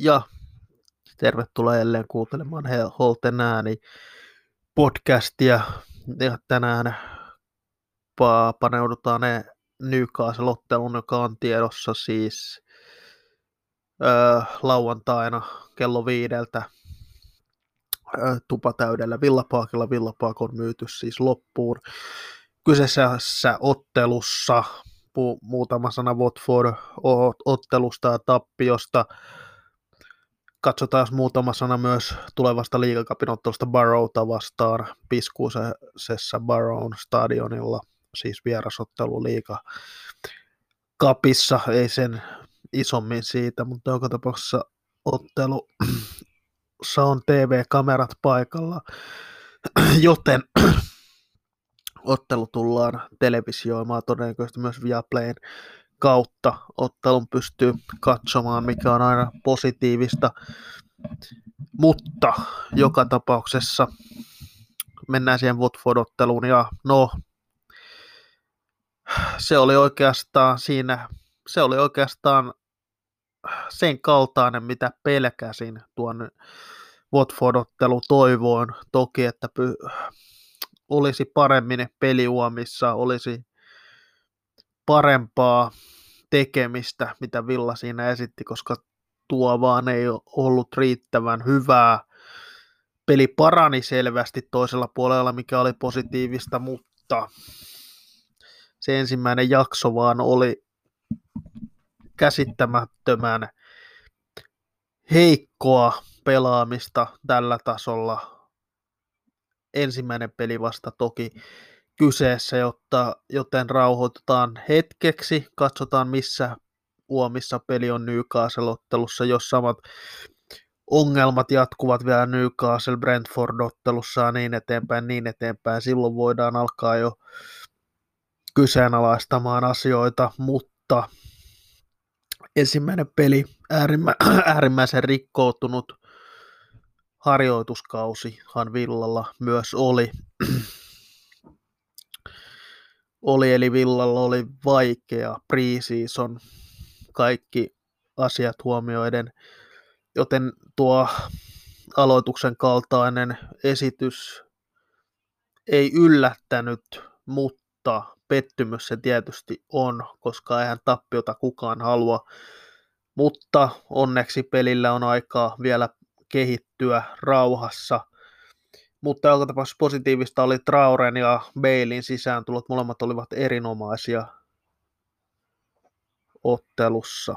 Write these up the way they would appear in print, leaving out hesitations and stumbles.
Ja tervetuloa jälleen kuuntelemaan Holten ääni podcastia. Ja tänään paneudutaan Newcastle-otteluun, joka on tiedossa siis lauantaina kello 5 tupatäydellä Villaparkilla. Villapark on myyty siis loppuun. Kyseisessä ottelussa muutama sana Watford-ottelusta ja tappiosta. Katsotaan muutama sana myös tulevasta liigacupin ottelusta Barrowta vastaan piskuisessa Barrown stadionilla, siis vierasottelu liigacupissa, ei sen isommin siitä, mutta joka tapauksessa ottelussa on TV-kamerat paikalla, joten ottelu tullaan televisioimaan todennäköisesti myös Viaplayn kautta. Ottelun pystyy katsomaan, mikä on aina positiivista, mutta joka tapauksessa mennään siihen Watford-otteluun ja se oli oikeastaan sen kaltainen, mitä pelkäsin tuon Watford-ottelu toivoin. Toki, että olisi paremmin peliuomissa, olisi parempaa tekemistä, mitä Villa siinä esitti, koska tuo vaan ei ollut riittävän hyvää. Peli parani selvästi toisella puolella, mikä oli positiivista, mutta se ensimmäinen jakso vaan oli käsittämättömän heikkoa pelaamista tällä tasolla. Ensimmäinen peli vasta toki kyseessä, joten rauhoitutaan hetkeksi, katsotaan missä uomissa peli on Newcastle-ottelussa, jos samat ongelmat jatkuvat vielä Newcastle-Brentford-ottelussa ja niin eteenpäin, silloin voidaan alkaa jo kyseenalaistamaan asioita, mutta ensimmäinen peli äärimmäisen rikkoutunut harjoituskausihan Villalla myös eli Villalla oli vaikea pre-season kaikki asiat huomioiden, joten tuo aloituksen kaltainen esitys ei yllättänyt, mutta pettymys se tietysti on, koska eihän tappiota kukaan halua, mutta onneksi pelillä on aikaa vielä kehittyä rauhassa. Mutta joka tapauksessa positiivista oli Traoren ja Balein sisääntulot, molemmat olivat erinomaisia ottelussa.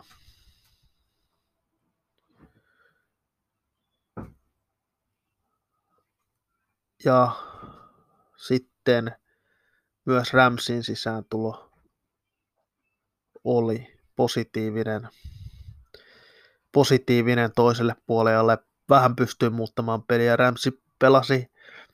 Ja sitten myös Ramsin sisääntulo oli positiivinen toiselle puolelle. Vähän pystyi muuttamaan peliä. Ramsey pelasi.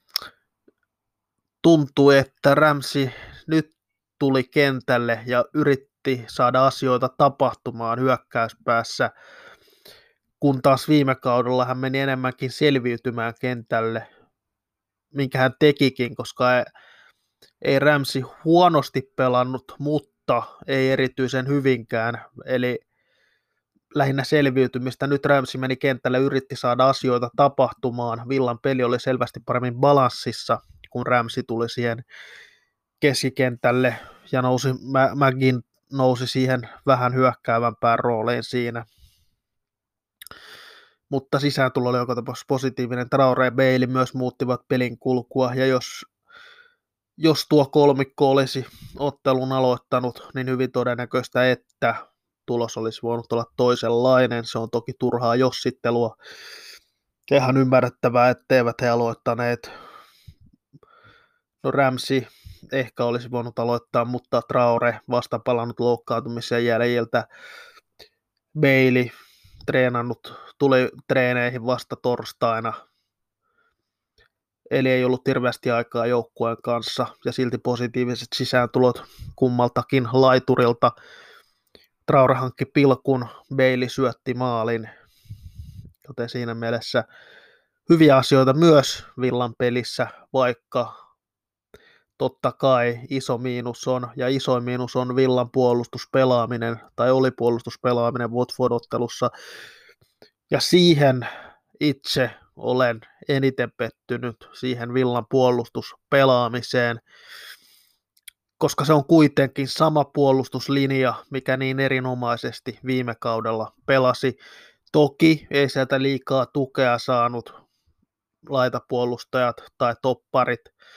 Tuntui, että Ramsey nyt tuli kentälle ja yritti saada asioita tapahtumaan hyökkäyspäässä, kun taas viime kaudella hän meni enemmänkin selviytymään kentälle, minkä hän tekikin, koska ei Ramsey huonosti pelannut, mutta ei erityisen hyvinkään, eli lähinnä selviytymistä. Nyt Ramsey meni kentälle, yritti saada asioita tapahtumaan. Villan peli oli selvästi paremmin balanssissa, kun Ramsey tuli siihen keskikentälle ja McGinn nousi siihen vähän hyökkäävämpään rooliin siinä. Mutta sisääntulo oli joka tapauksessa positiivinen. Traore ja Bale myös muuttivat pelin kulkua, ja jos tuo kolmikko olisi ottelun aloittanut, niin hyvin todennäköistä, että tulos olisi voinut olla toisenlainen. Se on toki turhaa jossittelua. Ihan ymmärrettävää, etteivät he aloittaneet. No Ramsey ehkä olisi voinut aloittaa, mutta Traore vasta palannut loukkaantumisen jäljiltä. Bailey tuli treeneihin vasta torstaina. Eli ei ollut hirveästi aikaa joukkueen kanssa ja silti positiiviset sisääntulot kummaltakin laiturilta. Traore hankki pilkun, Bailey syötti maalin, joten siinä mielessä hyviä asioita myös Villan pelissä, vaikka totta kai isoin miinus on Villan puolustuspelaaminen, tai oli puolustuspelaaminen Watford-ottelussa. Ja siihen itse olen eniten pettynyt, siihen Villan puolustuspelaamiseen, koska se on kuitenkin sama puolustuslinja, mikä niin erinomaisesti viime kaudella pelasi. Toki ei sieltä liikaa tukea saanut laitapuolustajat tai topparit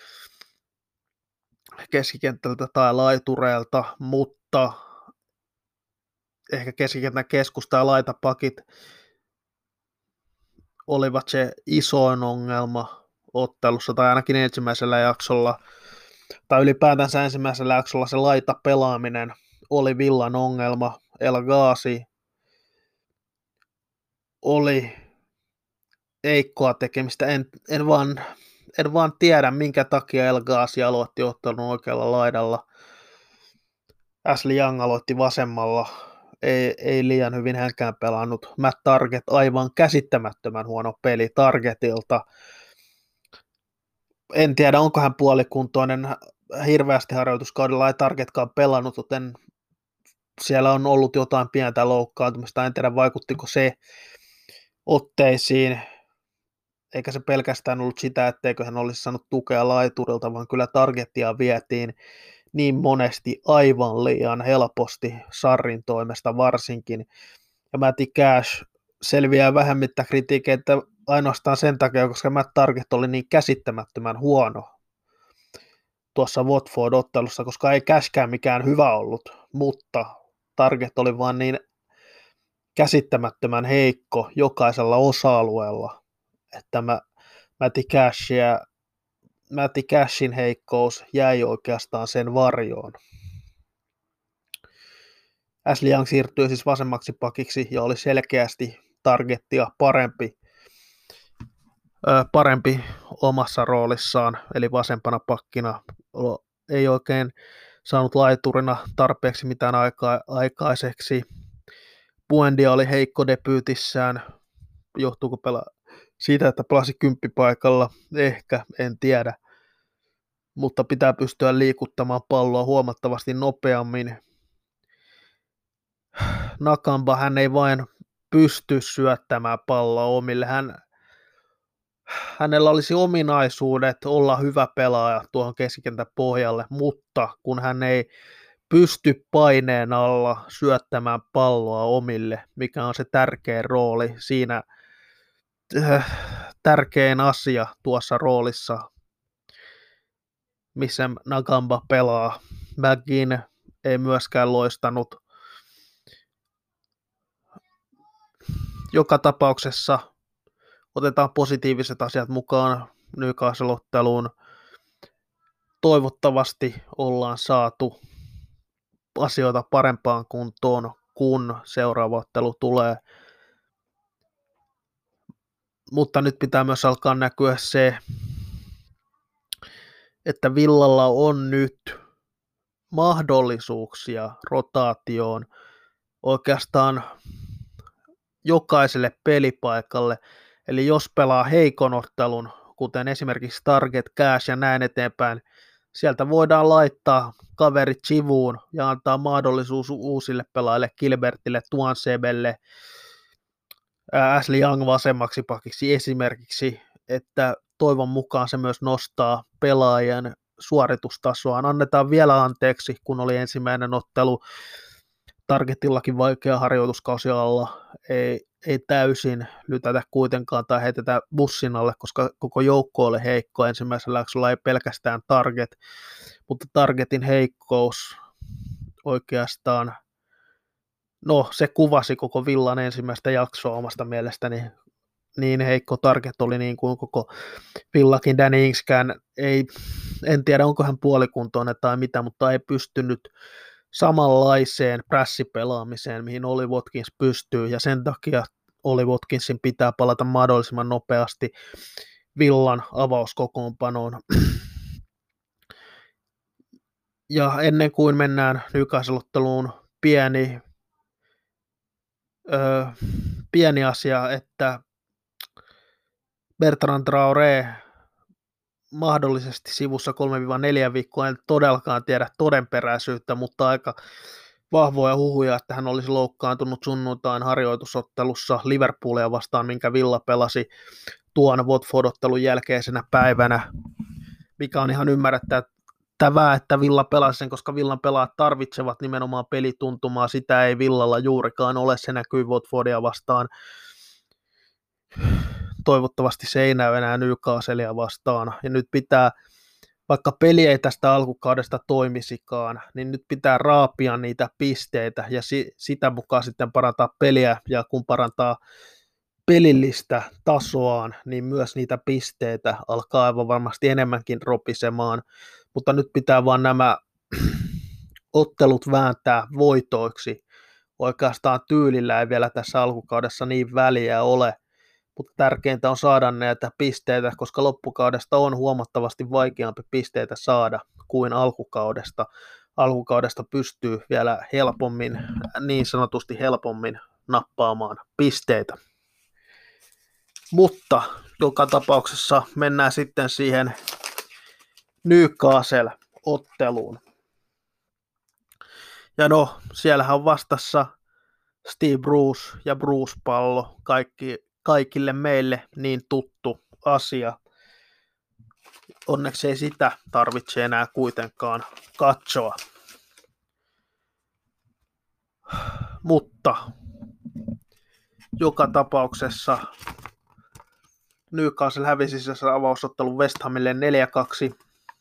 keskikentältä tai laitureilta, mutta ehkä keskikentän keskusta ja laitapakit olivat se isoin ongelma ottelussa, tai ainakin ensimmäisellä jaksolla, tai ylipäätänsä ensimmäisellä jaksolla se laitapelaaminen oli Villan ongelma. El Ghazi oli heikkoa tekemistä, en vaan tiedä minkä takia El Ghazi aloitti ottelun oikealla laidalla. Ashley Young aloitti vasemmalla, ei liian hyvin hänkään pelannut. Matt Target aivan käsittämättömän huono peli Targetilta. En tiedä, onko hän puolikuntoinen, hirveästi harjoituskaudella ei Targetkaan pelannut, joten siellä on ollut jotain pientä loukkaantumista. En tiedä, vaikuttiko se otteisiin, eikä se pelkästään ollut sitä, etteikö hän olisi saanut tukea laiturilta, vaan kyllä Targetia vietiin niin monesti aivan liian helposti Sarrin toimesta varsinkin. Ja Matty Cash selviää vähemmittä kritiikeitä ainoastaan sen takia, koska Matt Target oli niin käsittämättömän huono tuossa Watford-ottelussa, koska ei Cashkään mikään hyvä ollut, mutta Target oli vaan niin käsittämättömän heikko jokaisella osa-alueella, että Matty Cashin heikkous jäi oikeastaan sen varjoon. Ashley Young siirtyi siis vasemmaksi pakiksi ja oli selkeästi Targettia parempi omassa roolissaan, eli vasempana pakkina. Ei oikein saanut laiturina tarpeeksi mitään aikaiseksi. Buendia oli heikko debyytissään. Johtuuko siitä, että pelasi kymppipaikalla? Ehkä, en tiedä. Mutta pitää pystyä liikuttamaan palloa huomattavasti nopeammin. Nakamba, hän ei vain pysty syöttämään palloa omille. Hänellä olisi ominaisuudet olla hyvä pelaaja tuohon keskikentän pohjalle, mutta kun hän ei pysty paineen alla syöttämään palloa omille, mikä on se tärkein rooli siinä, tärkein asia tuossa roolissa, missä Nakamba pelaa. McGinn ei myöskään loistanut. Joka tapauksessa otetaan positiiviset asiat mukaan Newcastle-otteluun. Toivottavasti ollaan saatu asioita parempaan kuntoon, kun seuraava ottelu tulee. Mutta nyt pitää myös alkaa näkyä se, että Villalla on nyt mahdollisuuksia rotaatioon oikeastaan jokaiselle pelipaikalle. Eli jos pelaa heikon ottelun, kuten esimerkiksi Target, Cash ja näin eteenpäin, sieltä voidaan laittaa kaverit sivuun ja antaa mahdollisuus uusille pelaajille, Gilbertille, Tuansebelle, Ashley Young vasemmaksi pakiksi esimerkiksi, että toivon mukaan se myös nostaa pelaajien suoritustasoa. Annetaan vielä anteeksi, kun oli ensimmäinen ottelu. Targetillakin vaikea harjoituskausi alla, ei täysin lytätä kuitenkaan tai heitetä bussin alle, koska koko joukko oli heikko ensimmäisellä jaksolla, ei pelkästään Target, mutta Targetin heikkous oikeastaan, no se kuvasi koko Villan ensimmäistä jaksoa omasta mielestäni, niin heikko Target oli niin kuin koko Villakin. Danny Ingskään en tiedä onko hän puolikuntoinen tai mitä, mutta ei pystynyt samanlaiseen prässipelaamiseen, mihin Ollie Watkins pystyy, ja sen takia Ollie Watkinsin pitää palata mahdollisimman nopeasti Villan avauskokoonpanoon. Ja ennen kuin mennään Newcastle-otteluun, pieni asia, että Bertrand Traoré mahdollisesti sivussa 3-4 viikkoa, en todellakaan tiedä todenperäisyyttä, mutta aika vahvoja huhuja, että hän olisi loukkaantunut sunnuntain harjoitusottelussa Liverpoolia vastaan, minkä Villa pelasi tuon Watford-ottelun jälkeisenä päivänä, mikä on ihan ymmärrettävää, että Villa pelasi sen, koska Villan pelaajat tarvitsevat nimenomaan pelituntumaa, sitä ei Villalla juurikaan ole, se näkyy Watfordia vastaan. Toivottavasti se ei näy enää Newcastlea vastaan, ja nyt pitää, vaikka peli ei tästä alkukaudesta toimisikaan, niin nyt pitää raapia niitä pisteitä ja sitä mukaan sitten parantaa peliä, ja kun parantaa pelillistä tasoaan, niin myös niitä pisteitä alkaa aivan varmasti enemmänkin ropisemaan, mutta nyt pitää vaan nämä ottelut vääntää voitoiksi. Oikeastaan tyylillä ei vielä tässä alkukaudessa niin väliä ole, mutta tärkeintä on saada näitä pisteitä, koska loppukaudesta on huomattavasti vaikeampi pisteitä saada kuin alkukaudesta. Alkukaudesta pystyy vielä helpommin, niin sanotusti helpommin nappaamaan pisteitä. Mutta joka tapauksessa mennään sitten siihen Newcastle-otteluun. Ja no, siellähän on vastassa Steve Bruce ja Bruce-pallo, kaikille meille niin tuttu asia. Onneksi ei sitä tarvitse enää kuitenkaan katsoa. Mutta joka tapauksessa Newcastle hävisi sisässä avausottelun West Hamille 4-2,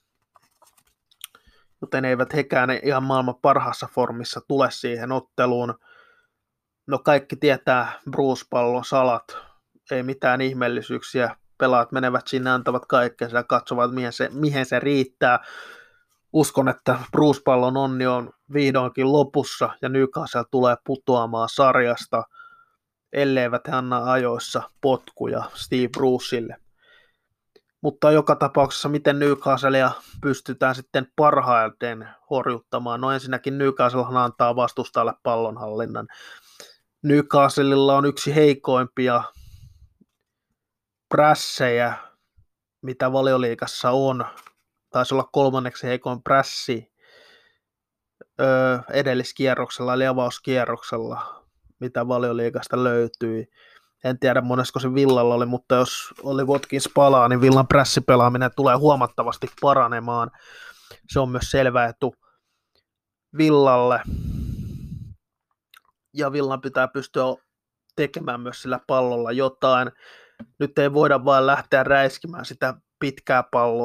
joten eivät hekään ihan maailman parhaassa formissa tule siihen otteluun. No kaikki tietää Bruce-pallon salat, ei mitään ihmeellisyyksiä. Pelaat menevät sinne, antavat kaikkensa ja katsovat, mihin se riittää. Uskon, että Bruce-pallon onni on vihdoinkin lopussa ja Newcastle tulee putoamaan sarjasta, elleivät he anna ajoissa potkuja Steve Brucelle. Mutta joka tapauksessa, miten Newcastlea pystytään sitten parhaiten horjuttamaan? No ensinnäkin Newcastle antaa vastustajalle pallonhallinnan. Newcastlella on yksi heikoimpia prässejä, mitä Valioliigassa on. Taisi olla 3. heikoin prässi edelliskierroksella eli avauskierroksella, mitä Valioliigasta löytyi. En tiedä monesko se Villalla oli, mutta jos oli Watkins palaa, niin Villan prässipelaaminen tulee huomattavasti paranemaan. Se on myös selvä etu Villalle. Ja Villan pitää pystyä tekemään myös sillä pallolla jotain. Nyt ei voida vain lähteä räiskimään sitä pitkää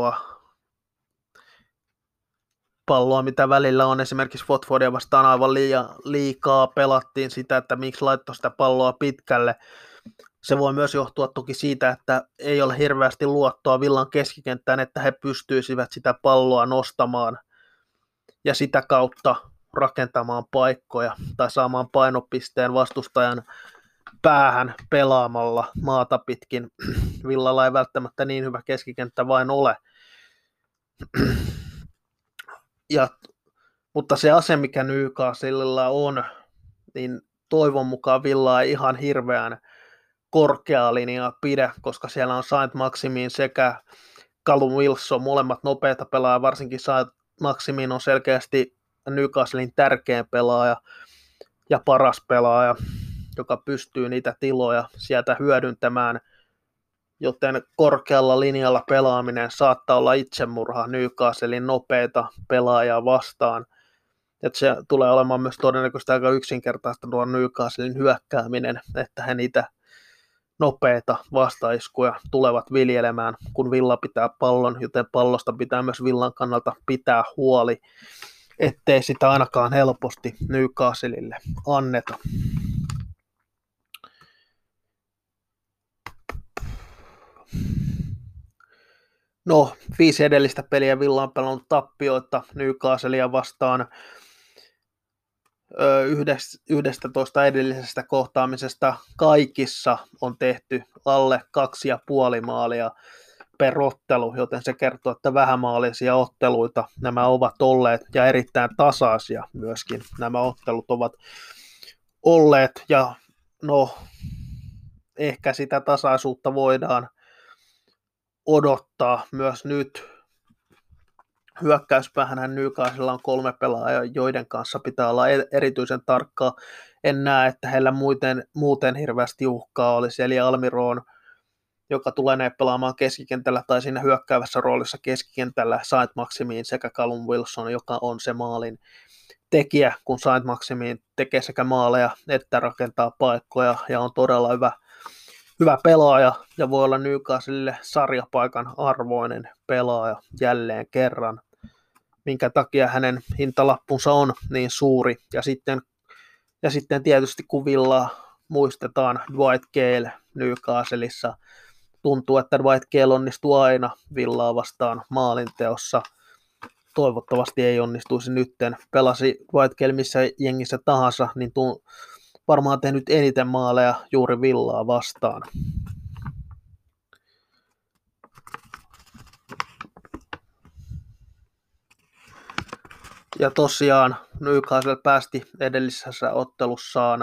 palloa, mitä välillä on. Esimerkiksi Watfordia vastaan aivan liikaa pelattiin sitä, että miksi laittoi sitä palloa pitkälle. Se voi myös johtua toki siitä, että ei ole hirveästi luottoa Villan keskikenttään, että he pystyisivät sitä palloa nostamaan ja sitä kautta rakentamaan paikkoja tai saamaan painopisteen vastustajan päähän pelaamalla maata pitkin. Villalla ei välttämättä niin hyvä keskikenttä vain ole. Mutta se ase, mikä Newcastlella on, niin toivon mukaan Villa ei ihan hirveän korkeaa linjaa pidä, koska siellä on Saint-Maximin sekä Callum Wilson, molemmat nopeita pelaajia, varsinkin Saint-Maximin on selkeästi Newcastlein tärkein pelaaja ja paras pelaaja, joka pystyy niitä tiloja sieltä hyödyntämään, joten korkealla linjalla pelaaminen saattaa olla itsemurha Newcastlein nopeita pelaajia vastaan. Että se tulee olemaan myös todennäköisesti aika yksinkertaista tuo Newcastlein hyökkääminen, että he niitä nopeita vastaiskuja tulevat viljelemään, kun Villa pitää pallon, joten pallosta pitää myös Villan kannalta pitää huoli, ettei sitä ainakaan helposti Newcastlelle anneta. No, 5 edellistä peliä Villa on pelannut tappioita Newcastlea vastaan. 11 edellisestä kohtaamisesta kaikissa on tehty alle 2,5 maalia per ottelu, joten se kertoo, että vähämaalisia otteluita nämä ovat olleet ja erittäin tasaisia myöskin nämä ottelut ovat olleet. Ja no, ehkä sitä tasaisuutta voidaan odottaa myös nyt hyökkäyspäähän Newcastlella on 3 pelaajaa, joiden kanssa pitää olla erityisen tarkkaa. En näe, että heillä muuten hirveästi uhkaa olisi, eli Almiron, joka tulee pelaamaan keskikentällä tai siinä hyökkäävässä roolissa keskikentällä, Saint-Maximin sekä Callum Wilson, joka on se maalin tekijä, kun Saint-Maximin tekee sekä maaleja että rakentaa paikkoja ja on todella hyvä pelaaja ja voi olla Newcastlelle sarjapaikan arvoinen pelaaja jälleen kerran, minkä takia hänen hintalappunsa on niin suuri. Ja sitten tietysti kun Villaa muistetaan Dwight Gale Newcastleissa, tuntuu, että Dwight Gale onnistuu aina Villaa vastaan maalinteossa. Toivottavasti ei onnistuisi nytten. Pelasi Dwight Gale missä jengissä tahansa, niin varmaan tehnyt eniten maaleja juuri Villaa vastaan. Ja tosiaan Newcastle päästi edellisessä ottelussaan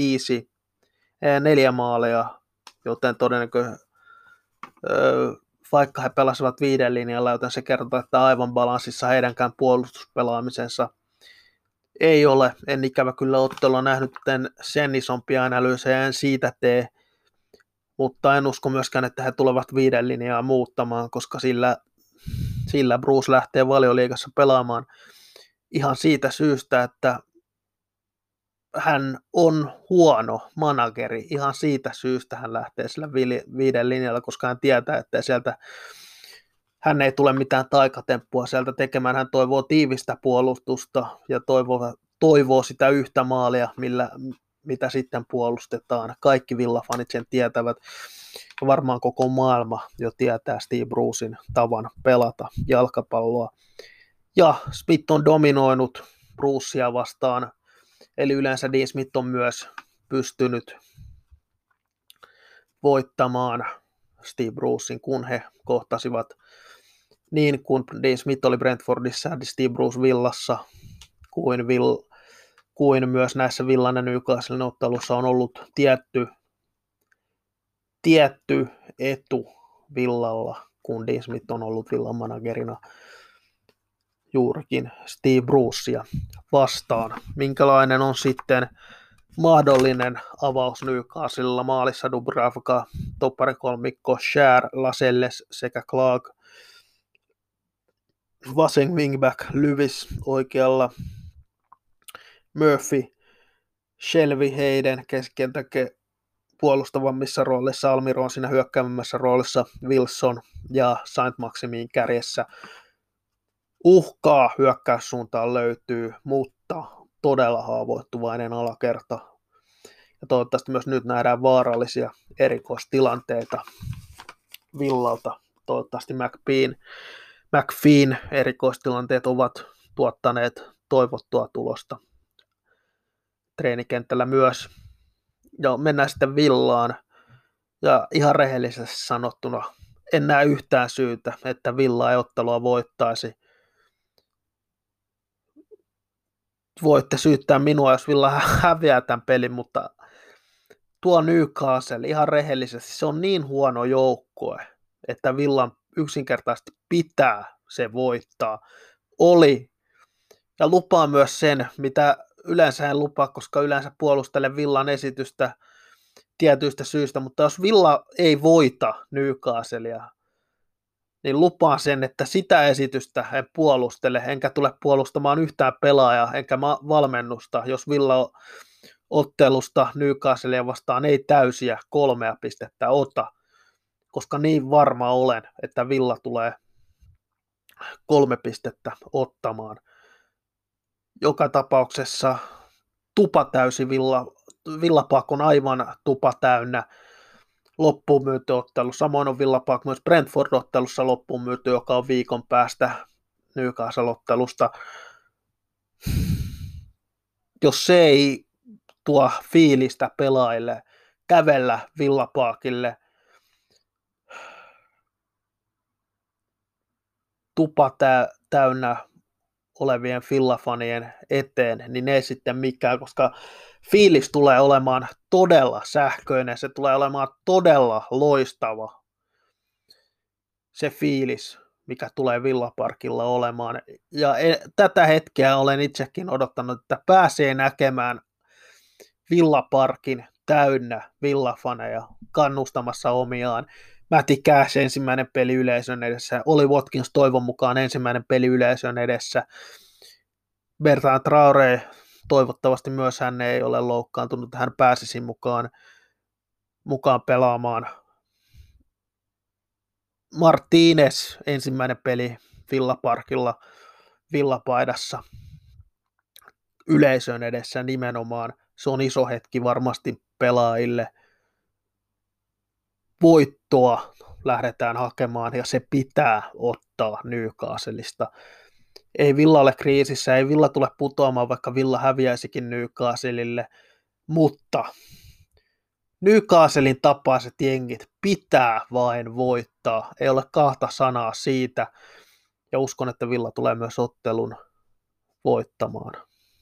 4 maalia, joten todennäköisesti vaikka he pelasivat 5 linjalla, joten se kertoo, että aivan balanssissa heidänkään puolustuspelaamisensa ei ole. En ikävä kyllä ottelua nähnyt sen isompia analyysejä, en siitä tee, mutta en usko myöskään, että he tulevat 5 linjaa muuttamaan, koska sillä Bruce lähtee Valioliigassa pelaamaan ihan siitä syystä, että hän on huono manageri. Ihan siitä syystä hän lähtee sillä 5 linjalla, koska hän tietää, että hän ei tule mitään taikatemppua sieltä tekemään. Hän toivoo tiivistä puolustusta ja toivoo sitä yhtä maalia, mitä sitten puolustetaan. Kaikki Villa-fanit sen tietävät. Varmaan koko maailma jo tietää Steve Brucein tavan pelata jalkapalloa. Ja Smith on dominoinut Brucea vastaan, eli yleensä Dean Smith on myös pystynyt voittamaan Steve Brucein, kun he kohtasivat niin kuin Dean Smith oli Brentfordissa ja Steve Bruce Villassa, kuin myös näissä Villan ja Newcastlen ottelussa on ollut tietty etu Villalla, kun Dean Smith on ollut Villan managerina juurikin Steve Brucea vastaan. Minkälainen on sitten mahdollinen avaus Newcastlella? Maalissa Dubravka, topparikolmikko Schär, Lascelles sekä Clark. Vasen wingback Lewis oikealla, Murphy, Shelby heidän keskenttä puolustavammissa roolissa, Almiron siinä hyökkäämässä roolissa, Wilson ja Saint-Maximin kärjessä. Uhkaa hyökkäyssuuntaan löytyy, mutta todella haavoittuvainen alakerta. Ja toivottavasti myös nyt nähdään vaarallisia erikoistilanteita Villalta. Toivottavasti McPheen erikoistilanteet ovat tuottaneet toivottua tulosta treenikentällä myös. Ja mennään sitten Villaan. Ja ihan rehellisesti sanottuna en näe yhtään syytä, että Villa ei ottelua voittaisi. Voitte syyttää minua, jos Villa häviää tämän pelin, mutta tuo Newcastle ihan rehellisesti, se on niin huono joukkue, että Villan yksinkertaisesti pitää se voittaa. Ja lupaa myös sen, mitä yleensä en lupaa, koska yleensä puolustelen Villan esitystä tietyistä syistä, mutta jos Villa ei voita Newcastlea, niin lupaan sen, että sitä esitystä en puolustele, enkä tule puolustamaan yhtään pelaajaa, enkä valmennusta, jos Villa ottelusta Newcastlea vastaan ei täysiä 3 pistettä ota, koska niin varma olen, että Villa tulee 3 pistettä ottamaan. Joka tapauksessa tupa täysi Villa Park on aivan tupa täynnä loppuun myyty ottelu. Samoin on Villa Park myös Brentford-ottelussa loppuun myyty, joka on viikon päästä Newcastle-ottelusta. Jos se ei tuo fiilistä pelaajille kävellä Villa Parkille tupa täynnä olevien Villa-fanien eteen, niin ei sitten mikään, koska fiilis tulee olemaan todella sähköinen, se tulee olemaan todella loistava se fiilis mikä tulee Villaparkilla olemaan. Ja tätä hetkeä olen itsekin odottanut, että pääsee näkemään Villaparkin täynnä villafaneja kannustamassa omiaan. Matty Cash ensimmäinen peli yleisön edessä, Oli Watkins toivon mukaan ensimmäinen peli yleisön edessä, Bertrand Traoré toivottavasti myös hän ei ole loukkaantunut, että hän pääsisi mukaan pelaamaan. Martínez ensimmäinen peli Villaparkilla villapaidassa yleisön edessä nimenomaan. Se on iso hetki varmasti pelaajille. Voittoa lähdetään hakemaan ja se pitää ottaa Newcastlesta. Ei Villa ole kriisissä, ei Villa tule putoamaan, vaikka Villa häviäisikin Newcastlelle, mutta Newcastlen tapaiset jengit pitää vain voittaa. Ei ole kahta sanaa siitä ja uskon, että Villa tulee myös ottelun voittamaan.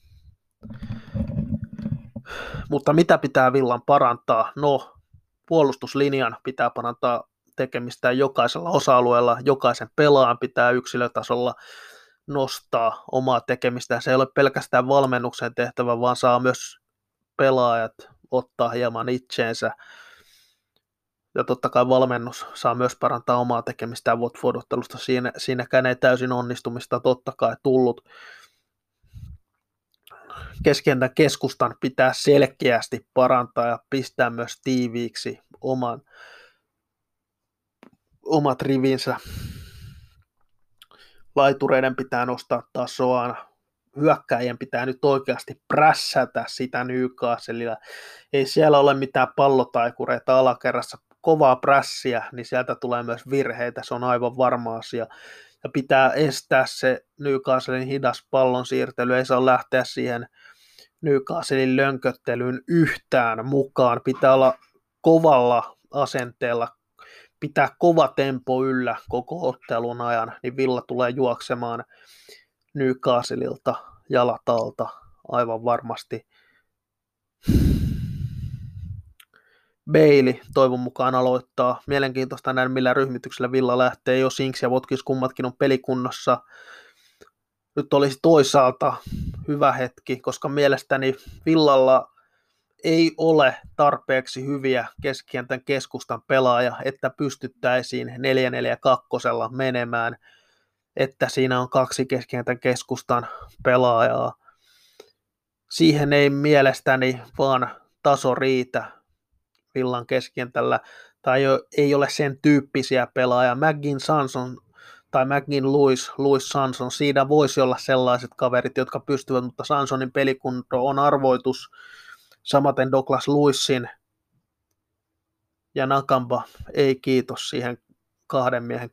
Mutta mitä pitää Villan parantaa? No, puolustuslinjan pitää parantaa tekemistä jokaisella osa-alueella, jokaisen pelaajan pitää yksilötasolla nostaa omaa tekemistä. Se ei ole pelkästään valmennuksen tehtävä, vaan saa myös pelaajat ottaa hieman itseensä. Ja totta kai valmennus saa myös parantaa omaa tekemistään Watford-ottelusta. Siinäkään ei täysin onnistumista totta kai tullut. Keskentän keskustan pitää selkeästi parantaa ja pistää myös tiiviiksi omat rivinsä. Laitureiden pitää nostaa tasoaan. Hyökkäjien pitää nyt oikeasti prässätä sitä Newcastlella. Ei siellä ole mitään pallotaikureita alakerrassa. Kovaa prässiä, niin sieltä tulee myös virheitä. Se on aivan varma asia. Ja pitää estää se Newcastlen hidas pallon siirtely. Ei saa lähteä siihen Newcastlen lönköttelyyn yhtään mukaan. Pitää olla kovalla asenteella, pitää kova tempo yllä koko ottelun ajan, niin Villa tulee juoksemaan Newcastlelta jalat alta aivan varmasti. Bailey toivon mukaan aloittaa. Mielenkiintoista nähdä, millä ryhmityksellä Villa lähtee. Jos Ings ja Watkins kummatkin on pelikunnossa. Nyt olisi toisaalta hyvä hetki, koska mielestäni Villalla ei ole tarpeeksi hyviä keskikentän keskustan pelaaja, että pystyttäisiin 4-4-2 menemään, että siinä on 2 keskikentän keskustan pelaajaa. Siihen ei mielestäni vaan taso riitä Villan keskikentällä, tai ei ole sen tyyppisiä pelaajia. McGinn Sanson tai McGinn Lewis Sanson, siinä voisi olla sellaiset kaverit, jotka pystyvät, mutta Sansonin pelikunto on arvoitus. Samaten Douglas Lewisin ja Nakamba ei kiitos siihen 2 miehen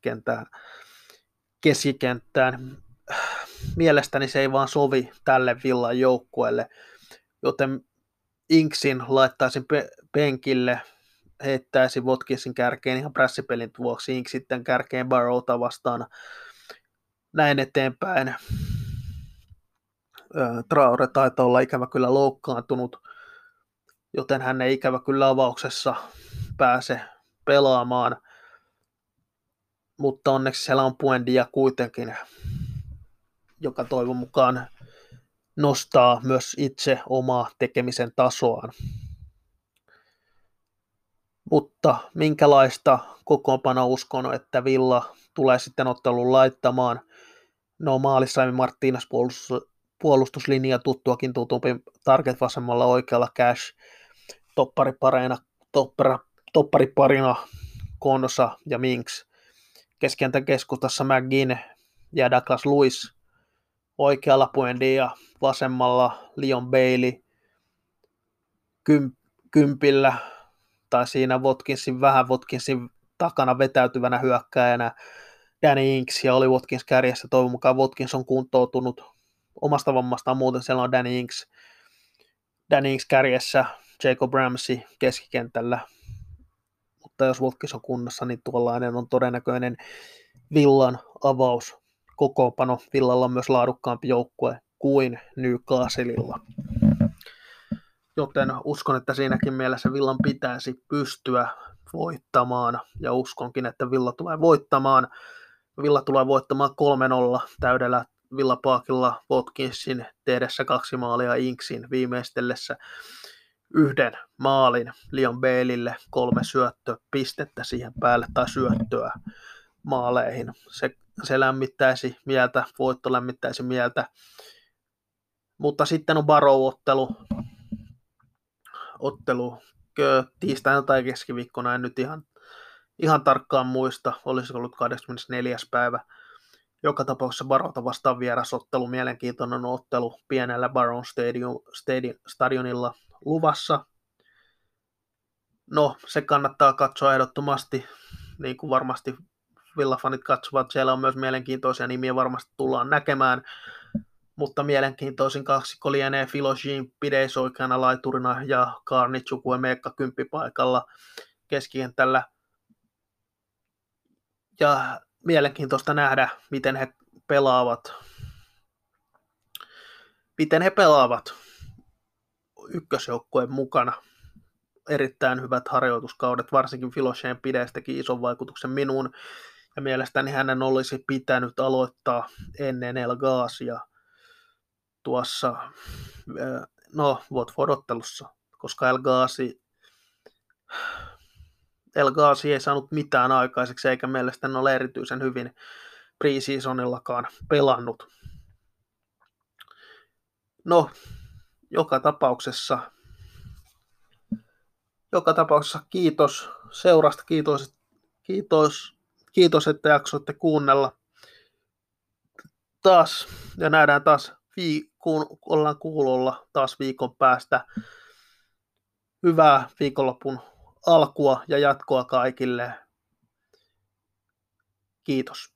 keskikenttään. Mielestäni se ei vaan sovi tälle Villan joukkueelle, joten Inksin laittaisin penkille, heittäisin Watkinsin kärkeen ihan prässipelin vuoksi, Ink sitten kärkeen Barrowta vastaan, näin eteenpäin. Traore taitaa olla ikävä kyllä loukkaantunut, joten hän ei ikävä kyllä avauksessa pääse pelaamaan, mutta onneksi siellä on Buendia kuitenkin, joka toivon mukaan nostaa myös itse omaa tekemisen tasoaan. Mutta minkälaista kokoonpanoa uskon, että Villa tulee sitten ottelun laittamaan? No maalissa Martínez puolustuslinja tuttuakin tutumpi, Target vasemmalla oikealla Cash, toppariparina Konsa ja Minks. Keskentän keskustassa McGinn ja Douglas Lewis, oikealla Buendia, vasemmalla Leon Bailey, kympillä tai siinä Watkinsin takana vetäytyvänä hyökkääjänä Danny Ings ja Oli Watkins kärjessä. Toivon mukaan Watkins on kuntoutunut omasta vammastaan, muuten siellä on Danny Ings kärjessä, Jacob Ramsey keskikentällä. Mutta jos Watkins on kunnossa, niin tuollainen on todennäköinen Villan avaus kokoonpano. Villalla on myös laadukkaampi joukkue kuin Newcastlella. Joten uskon, että siinäkin mielessä Villan pitäisi pystyä voittamaan, ja uskonkin, että Villa tulee voittamaan. Villa tulee voittamaan 3-0 täydellä Villa Parkilla Watkinsin tehdessä 2 maalia Inksin viimeistellessä yhden maalin Leon Baileylle, 3 syöttöpistettä siihen päälle tai syöttöä maaleihin. Se lämmittäisi mieltä, voitto lämmittäisi mieltä. Mutta sitten on Barrow-ottelu tiistaina tai keskiviikkona, en nyt ihan tarkkaan muista, olisi ollut 24. päivä. Joka tapauksessa Barrowta vastaan vierasottelu, mielenkiintoinen ottelu pienellä Barrow stadionilla luvassa. No, se kannattaa katsoa ehdottomasti, niin kuin varmasti Villa-fanit katsovat. Siellä on myös mielenkiintoisia nimiä, varmasti tullaan näkemään, mutta mielenkiintoisin kaksikko lienee Filogin Pideis oikeana laiturina ja Kaarni Chukwuemeka kymppipaikalla keskikentällä. Ja mielenkiintoista nähdä, miten he pelaavat ykkösjoukkueen mukana. Erittäin hyvät harjoituskaudet, varsinkin Filogin Pideis teki ison vaikutuksen minuun, ja mielestäni hänen olisi pitänyt aloittaa ennen El Ghazia tuossa Watford-ottelussa, koska El Ghazi ei saanut mitään aikaiseksi, eikä mielestäni ole erityisen hyvin pre-seasonillakaan pelannut. No, joka tapauksessa kiitos seurasta, kiitos, että jaksoitte kuunnella taas, ja nähdään taas, kun ollaan kuulolla taas viikon päästä. Hyvää viikonlopun alkua ja jatkoa kaikille. Kiitos.